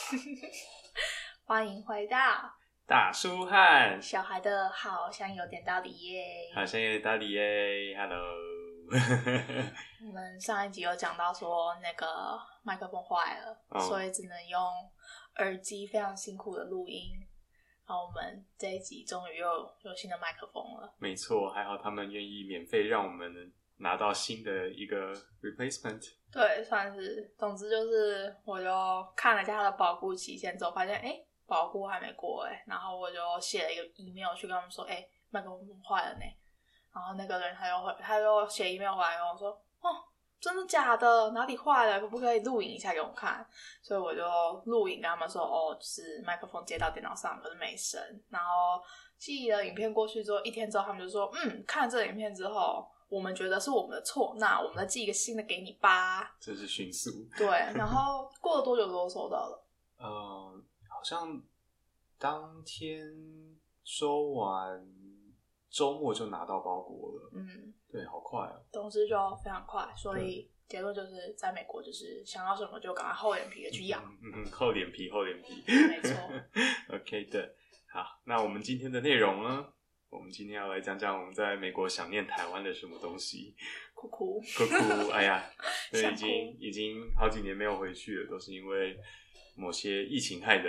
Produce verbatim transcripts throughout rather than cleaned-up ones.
欢迎回到大叔和小孩的好像有点道理耶， 好像有点道理耶 ，Hello。 我们上一集有讲到说那个麦克风坏了，哦、所以只能用耳机非常辛苦的录音。然后我们这一集终于又有新的麦克风了。 没错，还好他们愿意免费让我们拿到新的一个 replacement。 对，算是。总之就是，我就看了一下它的保固期限之后，发现哎，保固还没过哎，然后我就写了一个 email 去跟他们说，哎，麦克风坏了呢。然后那个人他又会，他又写 email 回来跟我说，哦，真的假的？哪里坏了？可不可以录影一下给我看？所以我就录影跟他们说，哦，就是麦克风接到电脑上，可是没声。然后寄了影片过去之后，一天之后他们就说，嗯，看了这个影片之后，我们觉得是我们的错，那我们再寄一个新的给你吧。 这是迅速。 对，然后过了多久都收到了？ 呃，好像当天收完。周末就拿到包裹了，嗯，对，好快啊！ 总之就非常快，所以结论就是在美国就是想要什么就赶快厚脸皮的去要， 嗯嗯，厚脸皮，厚脸皮， 没错。 OK 的，好，那我们今天的内容呢？我们今天要来讲讲我们在美国想念台湾的什么东西。 哭哭哭哭，哎呀，对，已经已经好几年没有回去了，都是因为某些疫情害的。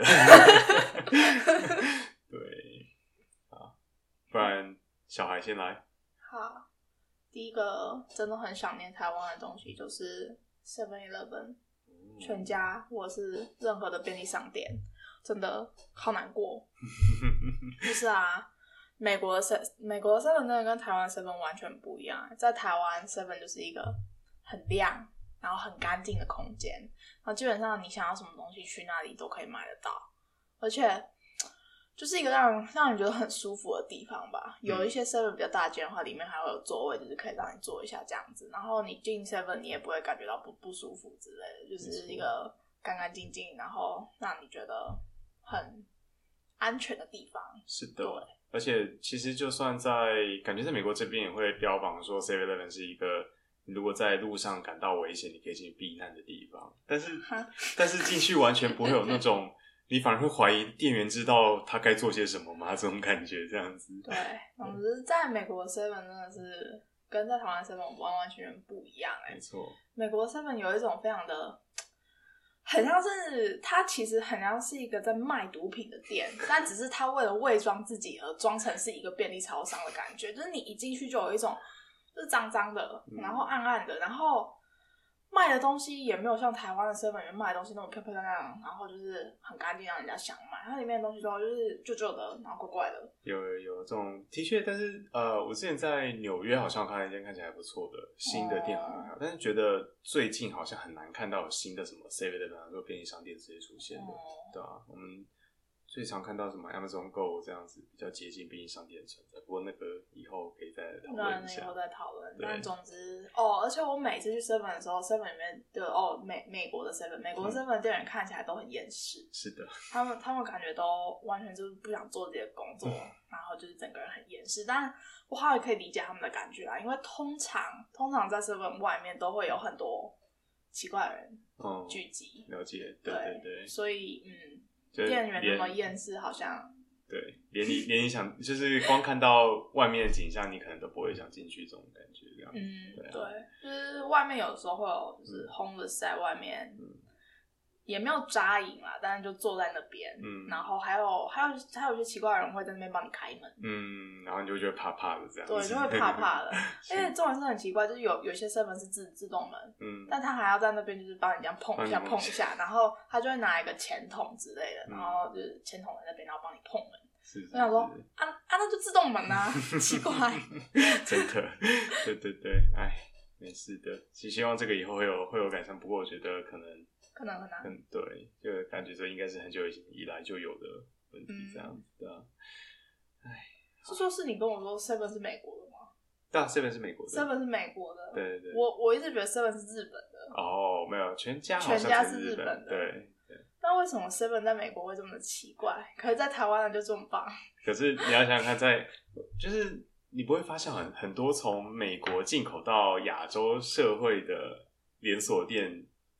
对，好，不然。小孩先来。 好，第一个真的很想念台湾的东西就是 seven eleven、嗯、全家或者是任何的便利商店，真的好难过。不是啊，美国的 seven 美国的 seven 真的跟台湾的 seven 完全不一样。在台湾 seven 就是一个很亮然后很干净的空间，然后基本上你想要什么东西去那里都可以买得到，而且就是一个让人让人觉得很舒服的地方吧。有一些 seven 比较大间的话，里面还会有座位，就是可以让你坐一下这样子。然后你进 seven 你也不会感觉到不不舒服之类的，就是一个干干净净，然后让你觉得很安全的地方。 是的，对。而且其实就算在感觉在美国这边也会标榜说 seven eleven 是一个如果在路上感到危险，你可以进去避难的地方。但是但是进去完全不会有那种。你反而会怀疑店员知道他该做些什么吗？这种感觉这样子。 对，总之在美国的 seven 真的是跟在台湾的 seven 完完全全不一样哎、欸。 没错， 美国的 seven 有一种非常的，很像是它其实很像是一个在卖毒品的店，但只是它为了伪装自己而装成是一个便利超商的感觉，就是你一进去就有一种就是脏脏的，然后暗暗的，然后。卖的东西也没有像台湾的 seven 里面卖的东西那么漂漂亮亮，然后就是很干净让人家想买。它里面的东西都就是旧旧的，然后怪怪的。 有有有这种的确，但是呃，我之前在纽约好像看了一间看起来还不错的新的店，好像还有，但是觉得最近好像很难看到有新的什么 seven 的或便利商店直接出现的，哦、对啊，我们。最常看到什么 Amazon Go 这样子比较接近便利商店的存在，不过那个以后可以再讨论一下。 那以后再讨论。但总之哦，而且我每次去 seven 的时候 ，seven 里面的哦美美国的 seven， 美国的 seven 的店员看起来都很厌世。 是的， 他们他们感觉都完全就是不想做自己的工作，然后就是整个人很厌世。但我好像也可以理解他们的感觉啦，因为通常通常在 seven 外面都会有很多奇怪的人聚集。 嗯、了解，对对对， 所以嗯。店员那么厌世，好像对，连你连你想，就是光看到外面的景象，你可能都不会想进去，这种感觉，这样。 嗯，对、啊，对，就是外面有的时候会有，就是 homeless 在外面，嗯、也没有扎营啦，但是就坐在那边，嗯，然后还有还有还有一些奇怪的人会在那边帮你开门， 嗯，然后你就会觉得怕怕的这样子， 对，就会怕怕的。因为重点是很奇怪，就是有有些 seven 是自自动门，嗯，但他还要在那边就是帮你这样碰一下碰一下，然后他就会拿一个钱筒之类的，然后就是钱筒在那边，然后帮你碰门。 是是是， 我想说啊啊，那就自动门啊，奇怪， 真的，对对对，哎，没事的，只希望这个以后会有会有改善。不过我觉得可能。 可能很难， 嗯，对，就感觉这应该是很久以来就有的问题，这样子的。哎、 嗯，是说是你跟我说 seven 是美国的吗？ 对啊 ，seven 是美国的 ，seven 是美国的。 对对对， 我我一直觉得 seven 是日本的。 哦，没有，全家好全家是日本的。 对对。 那为什么 seven 在美国会这么奇怪？可是在台湾的就这么棒？ 可是你要想想看在，在就是你不会发现很很多从美国进口到亚洲社会的连锁店。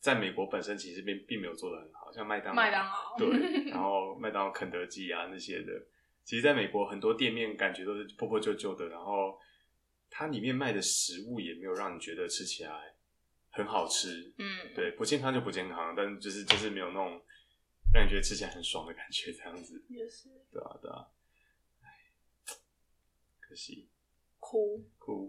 在美国本身其实并并没有做得很好，像麦当劳， 麦当劳对，然后麦当劳、肯德基啊那些的，其实在美国很多店面感觉都是破破旧旧的，然后它里面卖的食物也没有让你觉得吃起来很好吃， 嗯， 对，不健康就不健康，但是就是就是没有那种让你觉得吃起来很爽的感觉，这样子， 也是， 对啊对啊，唉，可惜， 哭哭，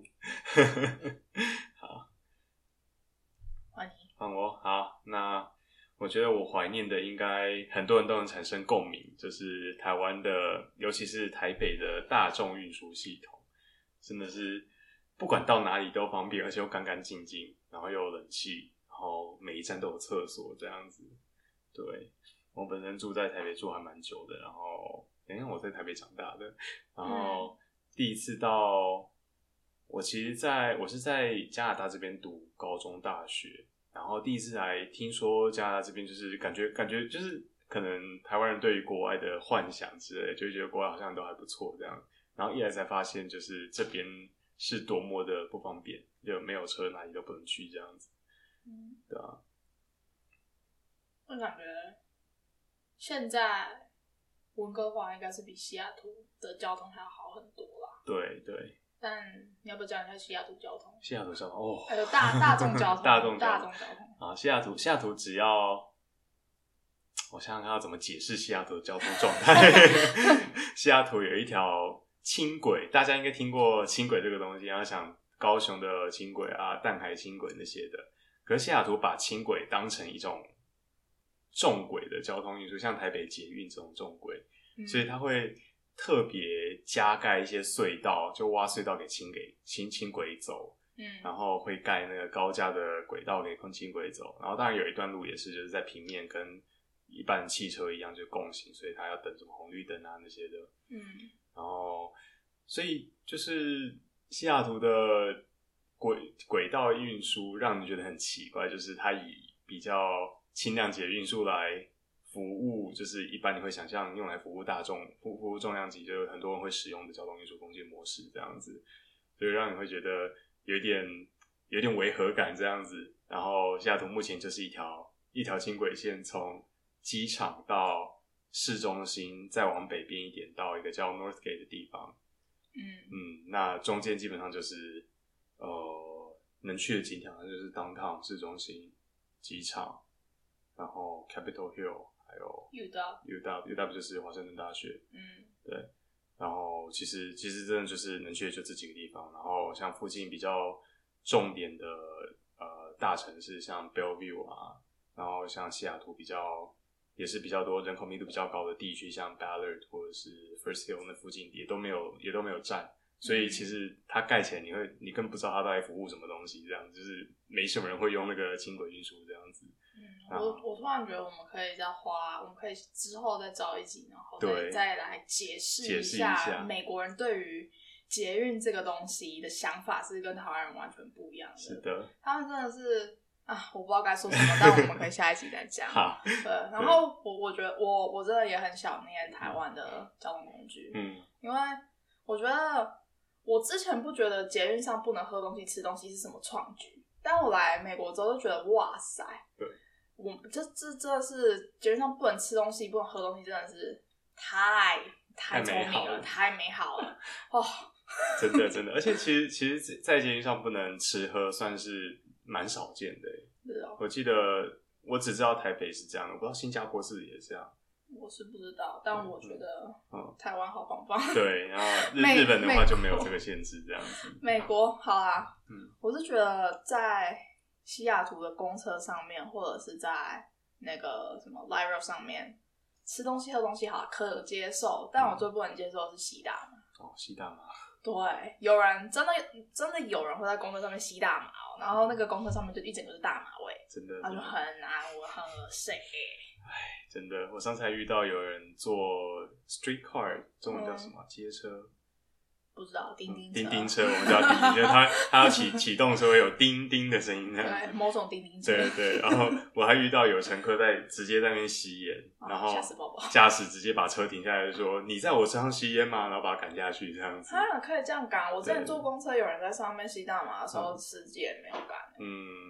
好。 换你， 换我好，那我觉得我怀念的应该很多人都能产生共鸣，就是台湾的，尤其是台北的大众运输系统，真的是不管到哪里都方便，而且又干干净净，然后又有冷气，然后每一站都有厕所这样子。对，我本身住在台北住还蛮久的，然后因为我在台北长大的，然后第一次到。我其实在我是在加拿大这边读高中大学，然后第一次来听说加拿大这边就是感觉感觉就是可能台湾人对于国外的幻想之类的，就觉得国外好像都还不错这样，然后一来才发现就是这边是多么的不方便，就没有车哪里都不能去这样子，嗯，对啊， 我感觉现在温哥华应该是比西雅图的交通还要好很多啦， 对对。 但你要不要讲一下西雅图交通？ 西雅图交通哦， 还有大大众交通， 大众大众交通啊，西雅图西雅图只要我想想看要怎么解释西雅图的交通状态。西雅图有一条轻轨，大家应该听过轻轨这个东西，然后想高雄的轻轨啊、淡海轻轨那些的。可是西雅图把轻轨当成一种重轨的交通运输，像台北捷运这种重轨，嗯、所以它会。特别加盖一些隧道，就挖隧道给轻轨轻轻轨走，嗯，然后会盖那个高架的轨道给轻轨走，然后当然有一段路也是就是在平面跟一般汽车一样就共行，所以它要等什么红绿灯啊那些的，嗯，然后所以就是西雅图的轨轨道运输让人觉得很奇怪，就是它以比较轻量级的运输来。服务就是一般你会想象用来服务大众、服服务重量级，就是很多人会使用的交通运输工具模式这样子，所以让你会觉得有一点有点违和感这样子。然后西雅图目前就是一条一条轻轨线，从机场到市中心，再往北边一点到一个叫 Northgate 的地方。嗯嗯，那中间基本上就是呃能去的景点，就是 downtown 市中心、机场，然后 Capitol Hill。还有 U W U W U W 就是华盛顿大学，嗯，对，然后其实其实真的就是能去的就这几个地方，然后像附近比较重点的呃大城市，像 Bellevue 啊，然后像西雅图比较也是比较多人口密度比较高的地区，像 Ballard 或者是 First Hill 那附近也都没有也都没有站，所以其实它盖起来你会你根本不知道它到底服务什么东西，这样就是没什么人会用那个轻轨运输这样子。 嗯，我我突然觉得我们可以再花，我们可以之后再找一集，然后再再来解释一下美国人对于捷运这个东西的想法是跟台湾人完全不一样的。 是的， 他们真的是啊，我不知道该说什么，但我们可以下一集再讲。 好， 对，然后我我觉得我我真的也很想念台湾的交通工具，嗯，因为我觉得我之前不觉得捷运上不能喝东西、吃东西是什么创举，但我来美国之后就觉得哇塞， 对。 我这这真的是捷运上不能吃东西、不能喝东西，真的是太太聪明了，太美好了哦！ 真的真的，而且其实其实，在捷运上不能吃喝，算是蛮少见的。 是哦， 我记得我只知道台北是这样的，我不知道新加坡是不是也这样。 我是不知道，但我觉得台湾好棒棒。 对，然后日日本的话就没有这个限制，这样子。 美国好啊，嗯，我是觉得在西雅图的公车上面，或者是在那个什么 Light Rail 上面吃东西喝东西好可接受，但我最不能接受的是吸大麻。 哦，吸大麻。 对，有人真的真的有人会在公车上面吸大麻哦，然后那个公车上面就一整个是大麻味， 真的， 然后就很难闻，很恶心。 唉，真的，我上次还遇到有人坐 streetcar， 中文叫什么？街、嗯、车。 不知道叮叮车， 叮叮车，我们叫叮叮车。它它要启启动的时候会有叮叮的声音，这样子。 对，某种叮叮车。 对对，然后我还遇到有乘客在直接在那边吸烟， 哦、 然后驾驾驶直接把车停下来说：“你在我车上吸烟吗？”然后把他赶下去，这样子。 啊，可以这样赶？我之前坐公车有人在上面吸大麻的时候，司机也没有赶。 嗯，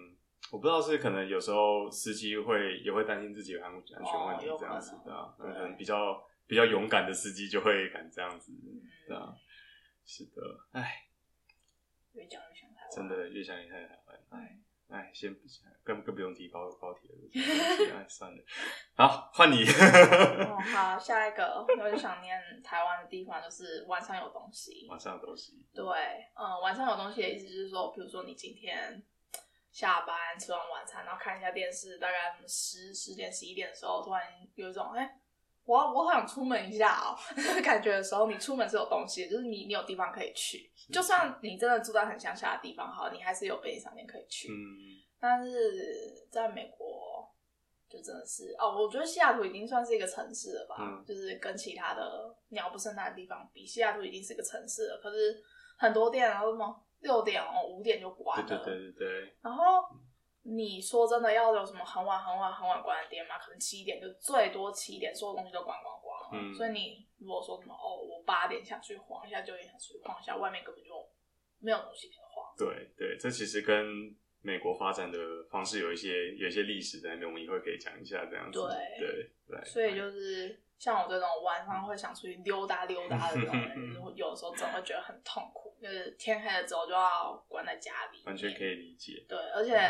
我不知道是可能有时候司机会也会担心自己的安安全问题哦这样子的、啊，可对能比较比较勇敢的司机就会敢这样子，对啊，是的，哎， 越讲越想台湾， 真的越想越想台湾，哎。哎，先更更不用提高高铁了，哎，算了，好，换你。 哦，好，下一个我很想念台湾的地方就是晚上有东西。 晚上有东西。 对，嗯，晚上有东西的意思就是说，比如说你今天下班吃完晚餐，然后看一下电视，大概十十点十一点的时候，突然有一种哎、欸，我我好想出门一下哦，感觉的时候，你出门是有东西的，就是你你有地方可以去，就算你真的住在很乡下的地方，好，你还是有便利商店可以去。 嗯， 但是在美国就真的是哦，我觉得西雅图已经算是一个城市了吧，嗯、就是跟其他的鸟不生蛋的地方比，西雅图已经是个城市了。可是很多店，然后什么六点哦、五点就关了， 对对对对对。 然后你说真的要有什么很晚很晚很晚关的店吗？可能七点就最多七点，所有东西都关光光了。嗯、所以你如果说什么哦，我八点想去晃一下，九点想去晃一下，外面根本就没有东西可以晃。 对对，这其实跟美国发展的方式有一些有一些历史在那边，我们以后可以讲一下这样子。 对对对， 所以就是像我这种晚上会想出去溜达溜达的这种人，有的时候真的会觉得很痛苦，就是天黑了之后就要关在家里， 完全可以理解。 对，而且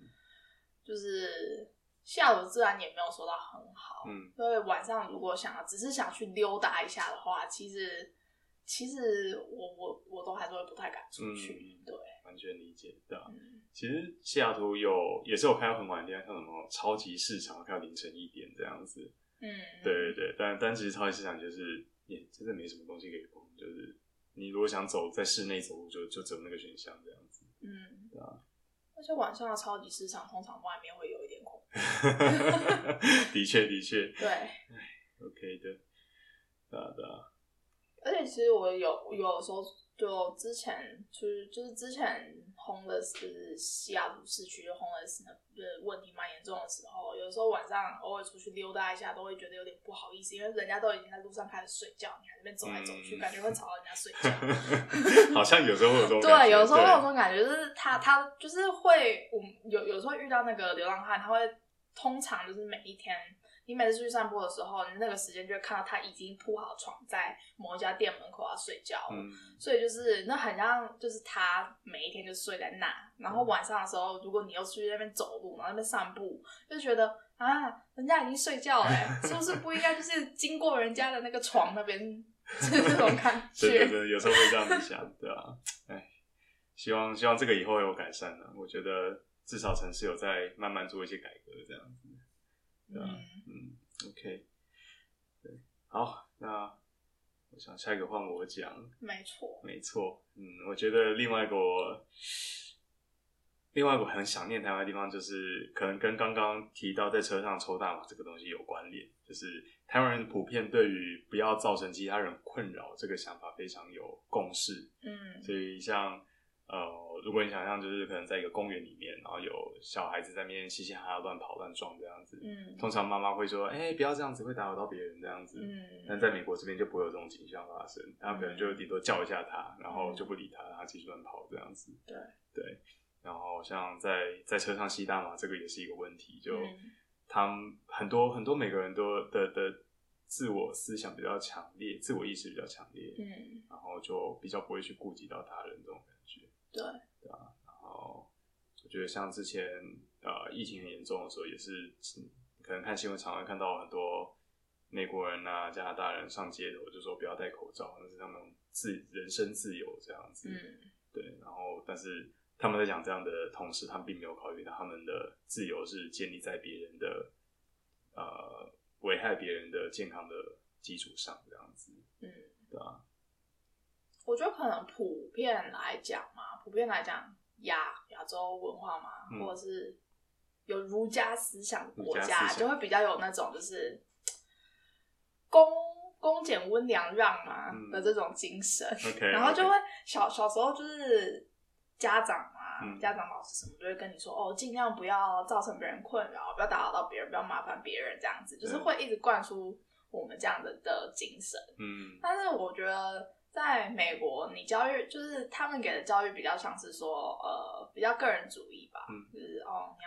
就是下午自然也没有说到很好，嗯，所以晚上如果想要只是想去溜达一下的话，其实其实我我我都还是会不太敢出去，嗯、对， 完全理解，对啊。嗯、其实西雅图有也是有开到很晚的店，像什么超级市场，开到凌晨一点这样子，嗯，对对对，但但其实超级市场就是也真的没什么东西可以逛，就是你如果想走在室内走路就，就只有那个选项这样子，嗯，对啊。 而且晚上的超级市场通常外面会有一点恐怖。 的确的确。 对。 OK 的，对啊对啊。 而且其实我有有时候就之前就是就是之前 homeless 就是西雅图市区 homeless 的问题蛮严重的时候，有时候晚上偶尔出去溜达一下，都会觉得有点不好意思，因为人家都已经在路上开始睡觉，你还在那边走来走去，嗯、感觉会吵到人家睡觉。 好像有时候会有这种感觉。 对，有时候会有这种感觉，就是他他就是会，我有有时候遇到那个流浪汉，他会通常就是每一天。你每次出去散步的时候，你那个时间就会看到他已经铺好床在某一家店门口要睡觉了，嗯、所以就是那很像就是他每一天就睡在那，然后晚上的时候，如果你又出去那边走路，然后那边散步，就觉得啊，人家已经睡觉了，是不是不应该就是经过人家的那个床那边，就是这种感觉。 对对对，有时候会这样子想，对啊，哎，希望希望这个以后有改善了，我觉得至少城市有在慢慢做一些改革，这样子。对啊，嗯, 嗯 ，OK， 对，好，那我想下一个换我讲， 没错， 没错，嗯，我觉得另外一个我，另外一个我很想念台湾的地方，就是可能跟刚刚提到在车上抽大麻这个东西有关联，就是台湾人普遍对于不要造成其他人困扰这个想法非常有共识，嗯，所以像。呃，如果你想象就是可能在一个公园里面，然后有小孩子在那边嘻嘻哈哈乱跑乱撞这样子，嗯，通常妈妈会说，哎、欸，不要这样子，会打扰到别人这样子，嗯，但在美国这边就不会有这种景象发生，他们可能就顶多叫一下他，然后就不理他，让他继续乱跑这样子， 对对，然后像在在车上吸大麻，这个也是一个问题，就、嗯、他们很多很多每个人都的的自我思想比较强烈，自我意识比较强烈，嗯，然后就比较不会去顾及到他人这种感觉。 对对啊，然后我觉得像之前呃疫情很严重的时候，也是可能看新闻常常看到很多美国人啊、加拿大人上街头就说不要戴口罩，那是他们自人身自由这样子。嗯，对。然后，但是他们在讲这样的同时，他们并没有考虑到他们的自由是建立在别人的呃危害别人的健康的基础上这样子。嗯，对啊。 我觉得可能普遍来讲嘛，普遍来讲亚亚洲文化嘛，嗯、或者是有儒家思想的国家，就会比较有那种就是恭恭俭温良让嘛、嗯、的这种精神。 Okay, 然后就会小小时候就是家长嘛，嗯、家长老师什么就会跟你说哦，尽量不要造成别人困扰，不要打扰到别人，不要麻烦别人这样子，就是会一直灌输我们这样的的精神。嗯，但是我觉得。在美国，你教育就是他们给的教育比较像是说，呃，比较个人主义吧，嗯、就是哦，你要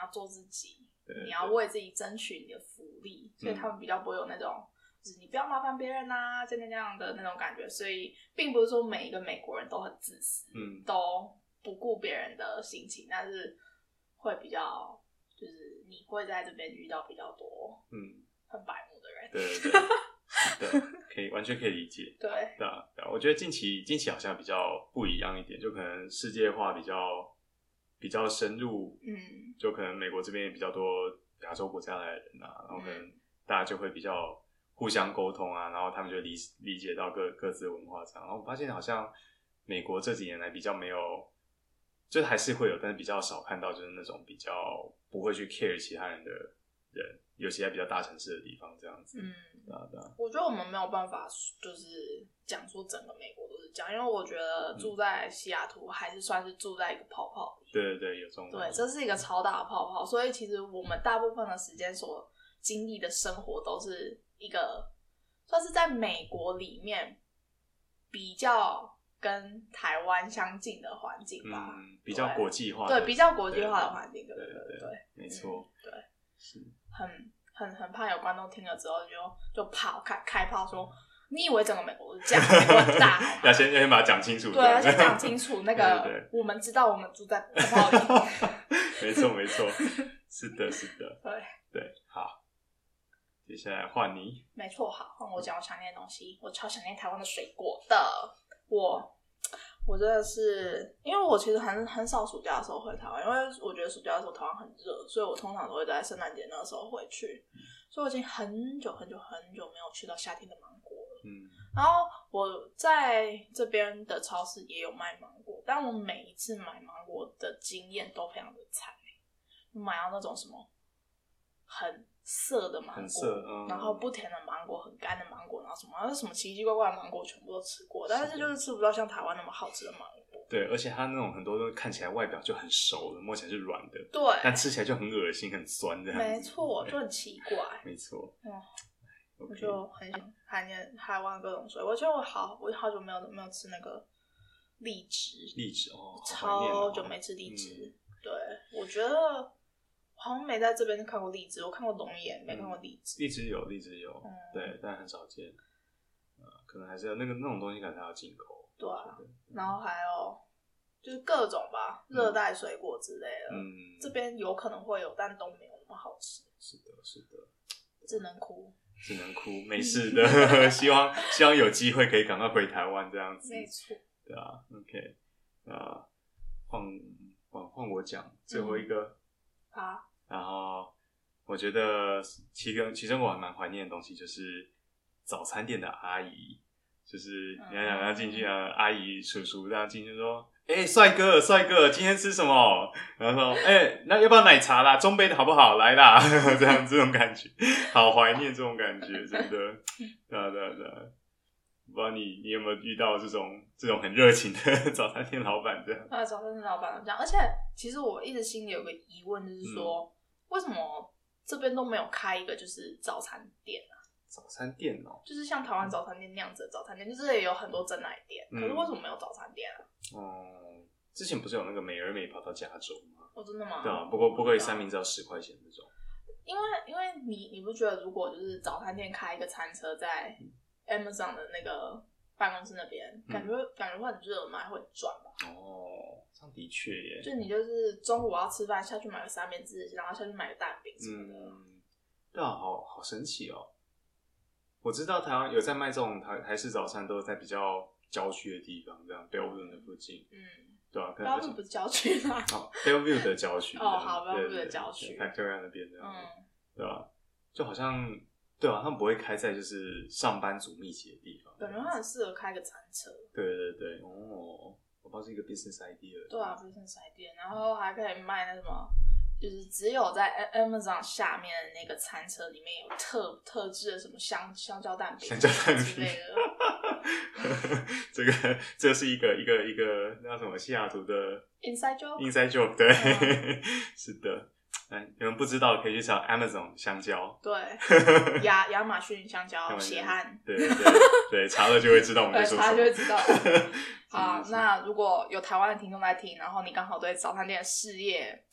要做自己， 对对对， 你要为自己争取你的福利，所以他们比较不会有那种就是你不要麻烦别人啊这样这样的那种感觉，所以并不是说每一个美国人都很自私，嗯，都不顾别人的心情，但是会比较就是你会在这边遇到比较多嗯很白目的人， 对对对。对，可以完全可以理解。 对， 对啊，对啊，我觉得近期近期好像比较不一样一点，就可能世界化比较比较深入，嗯，就可能美国这边也比较多亚洲国家来的人啊，然后可能大家就会比较互相沟通啊，然后他们就理理解到各各自的文化上，然后我发现好像美国这几年来比较没有，就还是会有，但是比较少看到就是那种比较不会去 care 其他人的人。尤其在比较大城市的地方，这样子。嗯，对啊，对啊。 我觉得我们没有办法，就是讲说整个美国都是这样，因为我觉得住在西雅图还是算是住在一个泡泡里。 对对对，有这种。 对，这是一个超大的泡泡，所以其实我们大部分的时间所经历的生活都是一个算是在美国里面比较跟台湾相近的环境吧， 嗯，比较国际化， 对，比较国际化的环境，对对对对， 没错， 对。是很很很怕有观众听了之后就就跑开开炮说，你以为整个美国都是这样？美国很大， 要先要先把它讲清楚， 对，要先讲清楚。那个对对对， 我们知道我们住在泡泡里， 没错没错，是的是的， 对对，好，接下来换你， 没错，好，换我讲我想念的东西，我超想念台湾的水果的，我。我真的是，因为我其实很很少暑假的时候回台湾，因为我觉得暑假的时候台湾很热，所以我通常都会在圣诞节那个时候回去，所以我已经很久很久很久没有吃到夏天的芒果了。嗯，然后我在这边的超市也有卖芒果，但我每一次买芒果的经验都非常的惨，买到那种什么很涩的芒果，嗯、然后不甜的芒果，很干的芒果，然后什么什么奇奇怪怪的芒果全部都吃过，但是就是吃不到像台湾那么好吃的芒果。 对，而且它那种很多都看起来外表就很熟的，摸起来是软的， 对， 但吃起来就很恶心、很酸这样子。 没错，就很奇怪。 没错。嗯， okay. 我就很想怀念台湾各种水果，我觉得我好，我好久没有没有吃那个荔枝， 荔枝哦， 超久没吃荔枝。嗯、对，我觉得。好像没在这边看过荔枝，我看过龙眼，没看过荔枝。 嗯、荔枝有，荔枝有，嗯、对，但很少见。呃，可能还是要那个那种东西，可能还要进口。 对啊，然后还有就是各种吧，热带水果之类的。嗯，这边有可能会有，但都没有那么好吃。 是的，是的。 只能哭， 只能哭，没事的。希望希望有机会可以赶快回台湾这样子。 没错。 对啊 ，OK， 啊，换换换我讲最后一个。嗯啊， 然后我觉得其中其中我还蛮怀念的东西就是早餐店的阿姨，就是你看要进去啊，阿姨叔叔这样进去说，哎、欸，帅哥帅哥，今天吃什么？然后说，哎、欸，那要不要奶茶啦？中杯的好不好？来啦，这样这种感觉，好怀念这种感觉，真的，对啊对啊对啊。不知道你你有没有遇到这种这种很热情的早餐店老板这样？ 啊，早餐店老板这样，而且其实我一直心里有个疑问，就是说、嗯、为什么这边都没有开一个就是早餐店啊？ 早餐店哦， 就是像台湾早餐店那样子的早餐店，就是也有很多珍奶店，嗯、可是为什么没有早餐店啊？ 哦、嗯，之前不是有那个美而美跑到加州吗？ 哦，真的吗？ 对啊，不过不过三明治要十块钱那种。 因为因为你你不觉得如果就是早餐店开一个餐车在 Amazon 的那个办公室那边，感觉、嗯、感觉会很热卖，会很赚吧？ 哦，这样的确耶。 就你就是中午要吃饭，下去买个三明治，然后下去买个蛋饼什么的。 嗯，对啊，好好神奇哦！我知道台湾有在卖这种台台式早餐，都是在比较郊区的地方，这样 Bellevue 的附近。嗯，对啊 ，Bellevue 不是郊区吗？ 哦 ，Bellevue 的郊区。 哦，好 ，Bellevue 的郊区 ，Victoria 那边这样。嗯，对吧？就好像。对啊，他们不会开在就是上班族密集的地方， 感觉他很适合开个餐车。 对对对，哦，我不知道是一个 business idea。 对啊 ，business idea， 然后还可以卖那什么，就是只有在 Amazon 下面的那个餐车里面有特特制的什么香香蕉蛋饼、 香蕉蛋饼之类的。 这个这是一个一个一个那什么西雅图的 inside joke，inside joke， 对，嗯、是的。哎，你们不知道可以去找 Amazon 香蕉， 对，亚亚马逊香蕉血汗， 对对对，查了就会知道我们在说什么， 查了就会知道。好，那如果有台湾的听众在听，然后你刚好对早餐店的事业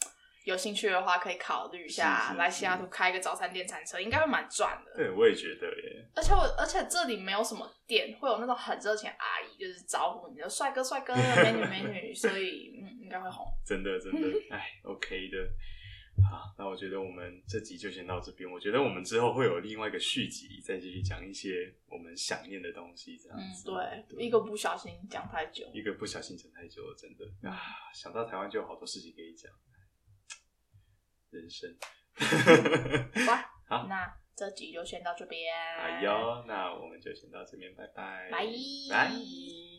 有兴趣的话，可以考虑一下是是是来西雅图开一个早餐店餐车，应该会蛮赚的。 对，我也觉得耶。 而且我，而且这里没有什么店会有那种很热情的阿姨，就是招呼你的帅哥帅哥、美女美女，所以嗯，应该会红。 真的真的，哎，OK 的。好，那我觉得我们这集就先到这边。我觉得我们之后会有另外一个续集，再继续讲一些我们想念的东西，这样子。 嗯，对，对一个不小心讲太久， 一个不小心讲太久了，真的、嗯、啊！想到台湾就有好多事情可以讲，人生。 哇， 好， 那这集就先到这边。 哎呦，那我们就先到这边，拜拜， 拜拜。